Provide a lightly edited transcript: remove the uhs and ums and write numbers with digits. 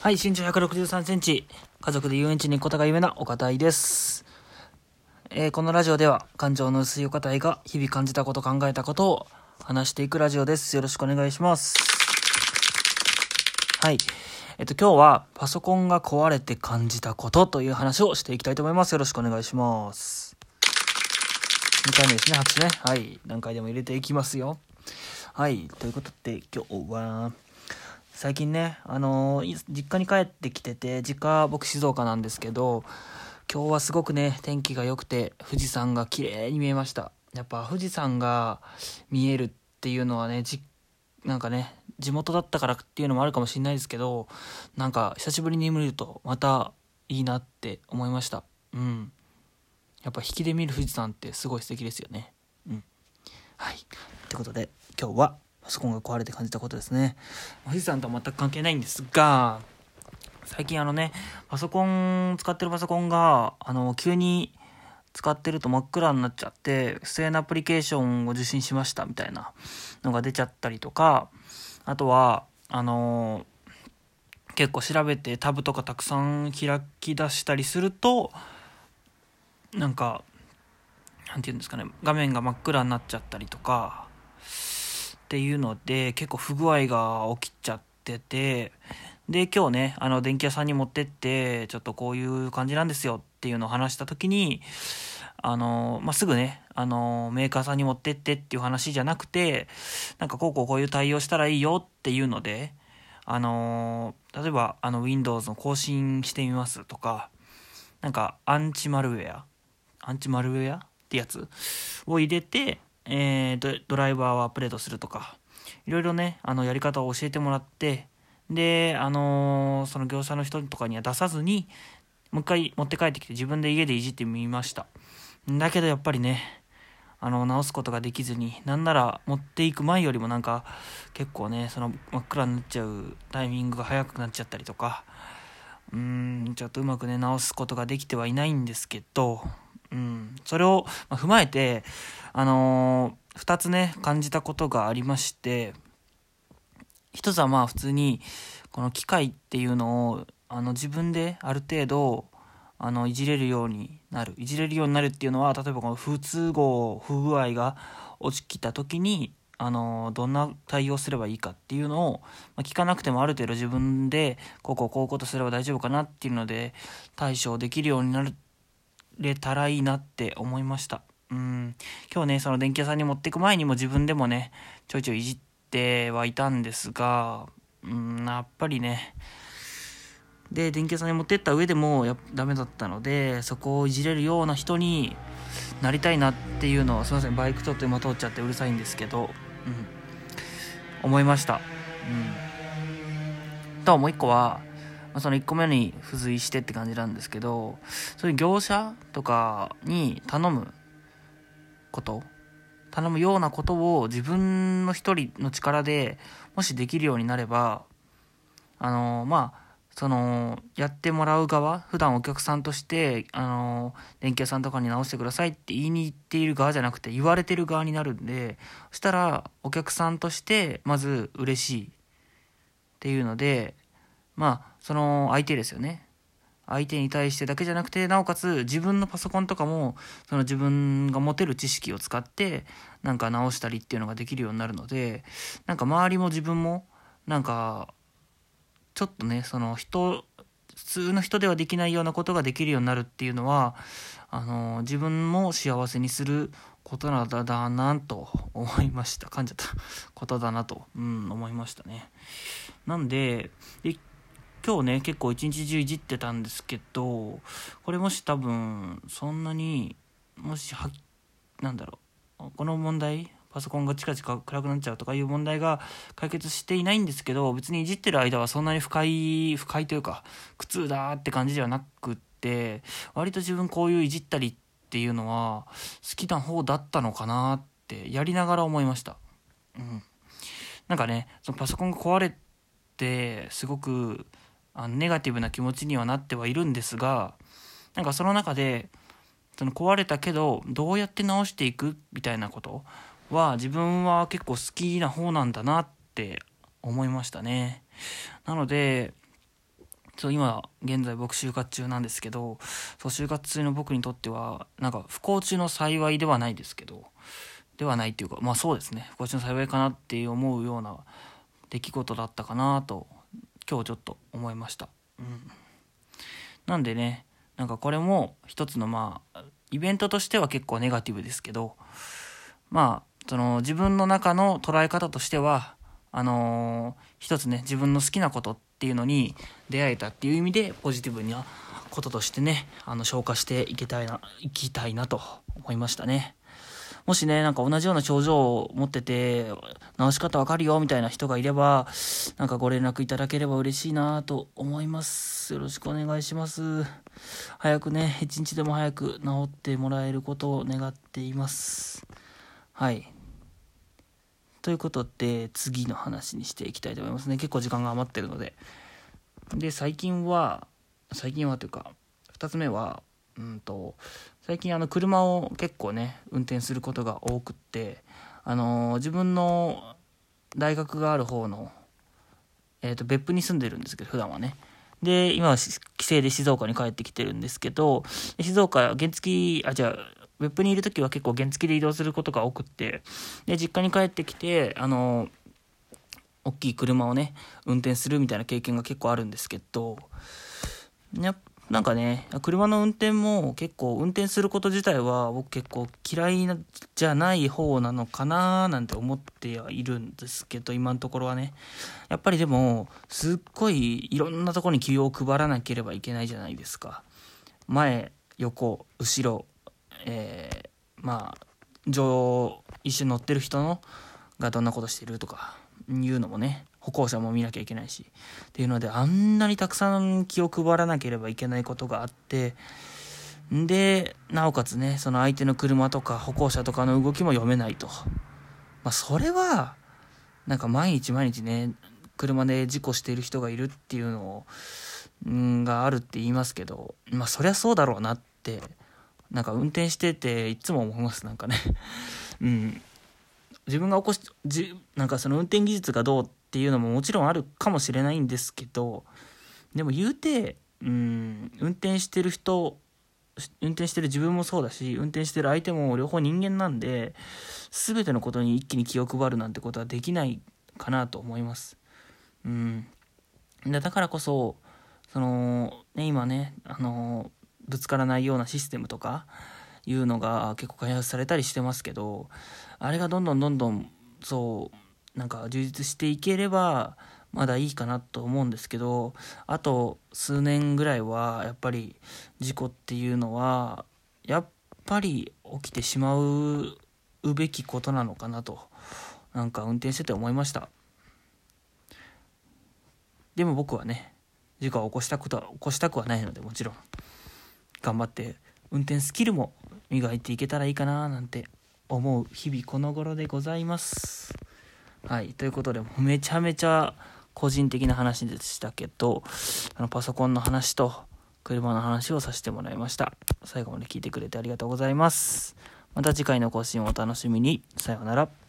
はい、身長163センチ、家族で遊園地に行くことが夢な岡田です。このラジオでは感情の薄い岡田が日々感じたこと考えたことを話していくラジオです。よろしくお願いします。はい、今日はパソコンが壊れて感じたことという話をしていきたいと思います。よろしくお願いします。2回目ですね、拍手ね。はい、何回でも入れていきますよ。はい、ということで今日は最近ね、実家に帰ってきてて、実家僕静岡なんですけど、今日はすごくね天気が良くて富士山が綺麗に見えました。やっぱ富士山が見えるっていうのはね、なんかね地元だったからっていうのもあるかもしれないですけど、なんか久しぶりに見るとまたいいなって思いました。やっぱ引きで見る富士山ってすごい素敵ですよね。はい、ということで今日はパソコンが壊れて感じたことですね。富士山とは全く関係ないんですが、最近使ってるパソコンが急に使ってると真っ暗になっちゃって、不正なアプリケーションを受信しましたみたいなのが出ちゃったりとか、あとは結構調べてタブとかたくさん開き出したりすると、なんていうんですかね、画面が真っ暗になっちゃったりとかっていうので、結構不具合が起きちゃってて、で今日ね電気屋さんに持ってって、ちょっとこういう感じなんですよっていうのを話した時に、すぐねメーカーさんに持ってってっていう話じゃなくて、なんかこういう対応したらいいよっていうので、例えばWindows の更新してみますとか、なんかアンチマルウェアってやつを入れて、ドライバーをアップデートするとか、いろいろねやり方を教えてもらって、でその業者の人とかには出さずにもう一回持って帰ってきて自分で家でいじってみました。だけどやっぱりね直すことができずに、なんなら持っていく前よりも結構ねその真っ暗になっちゃうタイミングが早くなっちゃったりとか、ちょっとうまくね直すことができてはいないんですけど、それを踏まえて2つね感じたことがありまして、一つは普通にこの機械っていうのを自分である程度いじれるようになるっていうのは、例えばこの不具合が起きた時にどんな対応すればいいかっていうのを、聞かなくてもある程度自分でこういうことすれば大丈夫かなっていうので対処できるようになれたらいいなって思いました。今日ねその電気屋さんに持っていく前にも自分でもねちょいちょいいじってはいたんですが、やっぱりね、で電気屋さんに持ってった上でもダメだったので、そこをいじれるような人になりたいなっていうのを、すいませんバイクちょっと今通っちゃってうるさいんですけど、思いました。ともう一個は、その1個目に付随してって感じなんですけど、そういう業者とかに頼むようなことを自分の一人の力でもしできるようになれば、そのやってもらう側、普段お客さんとして電気屋さんとかに直してくださいって言いに行っている側じゃなくて言われてる側になるんで、そしたらお客さんとしてまず嬉しいっていうので、その相手ですよね、相手に対してだけじゃなくて、なおかつ自分のパソコンとかもその自分が持てる知識を使って直したりっていうのができるようになるので、周りも自分もちょっとね普通の人ではできないようなことができるようになるっていうのは自分も幸せにすることなんだなと思いました。噛んじゃったことだなと、思いましたね。なんで今日ね結構一日中いじってたんですけど、これもし多分そんなにこの問題、パソコンがチカチカ暗くなっちゃうとかいう問題が解決していないんですけど、別にいじってる間はそんなに不快というか苦痛だって感じではなくって、割と自分こういういじったりっていうのは好きな方だったのかなってやりながら思いました。そのパソコンが壊れてすごくネガティブな気持ちにはなってはいるんですが、その中でその壊れたけどどうやって直していくみたいなことは自分は結構好きな方なんだなって思いましたね。なので今現在僕就活中なんですけど、就活中の僕にとってはなんか不幸中の幸いではないですけど、ではないっていうか、そうですね、不幸中の幸いかなって思うような出来事だったかなと今日ちょっと思いました。なんでね、なんかこれも一つのイベントとしては結構ネガティブですけど、その自分の中の捉え方としては一つね、自分の好きなことっていうのに出会えたっていう意味でポジティブなこととしてね、消化していきたいなと思いましたね。もしね、なんか同じような症状を持ってて治し方わかるよみたいな人がいれば、なんかご連絡いただければ嬉しいなと思います。よろしくお願いします。早くね、一日でも早く治ってもらえることを願っています。はい、ということで次の話にしていきたいと思いますね。結構時間が余ってるので。で、最近はというか2つ目は最近車を結構ね運転することが多くって、自分の大学がある方の別府に住んでるんですけど、普段はね。で、今は帰省で静岡に帰ってきてるんですけど、静岡別府にいるときは結構原付で移動することが多くって、で実家に帰ってきて大きい車をね運転するみたいな経験が結構あるんですけど、なんかね、車の運転も結構運転すること自体は僕結構嫌いじゃない方なのかななんて思ってはいるんですけど、今のところはね。やっぱりでもすっごいいろんなところに気を配らなければいけないじゃないですか。前横後ろ一緒に乗ってる人のがどんなことしてるとかいうのもね、歩行者も見なきゃいけないしっていうので、あんなにたくさん気を配らなければいけないことがあって、でなおかつね、その相手の車とか歩行者とかの動きも読めないと、それはなんか毎日ね車で事故している人がいるっていうのがあるって言いますけど、そりゃそうだろうなってなんか運転してていつも思います。なんかね自分がなんかその運転技術がどうっていうのももちろんあるかもしれないんですけど、でも言うて運転してる自分もそうだし、運転してる相手も両方人間なんで、全てのことに一気に気を配るなんてことはできないかなと思います。だからこそ今ねぶつからないようなシステムとかいうのが結構開発されたりしてますけど、あれがどんどんなんか充実していければまだいいかなと思うんですけど、あと数年ぐらいはやっぱり事故っていうのはやっぱり起きてしまうべきことなのかなと、なんか運転してて思いました。でも僕はね、事故を起こしたくはないので、もちろん頑張って運転スキルも磨いていけたらいいかななんて思う日々この頃でございます。はい、ということでめちゃめちゃ個人的な話でしたけど、パソコンの話と車の話をさせてもらいました。最後まで聞いてくれてありがとうございます。また次回の更新をお楽しみに。さようなら。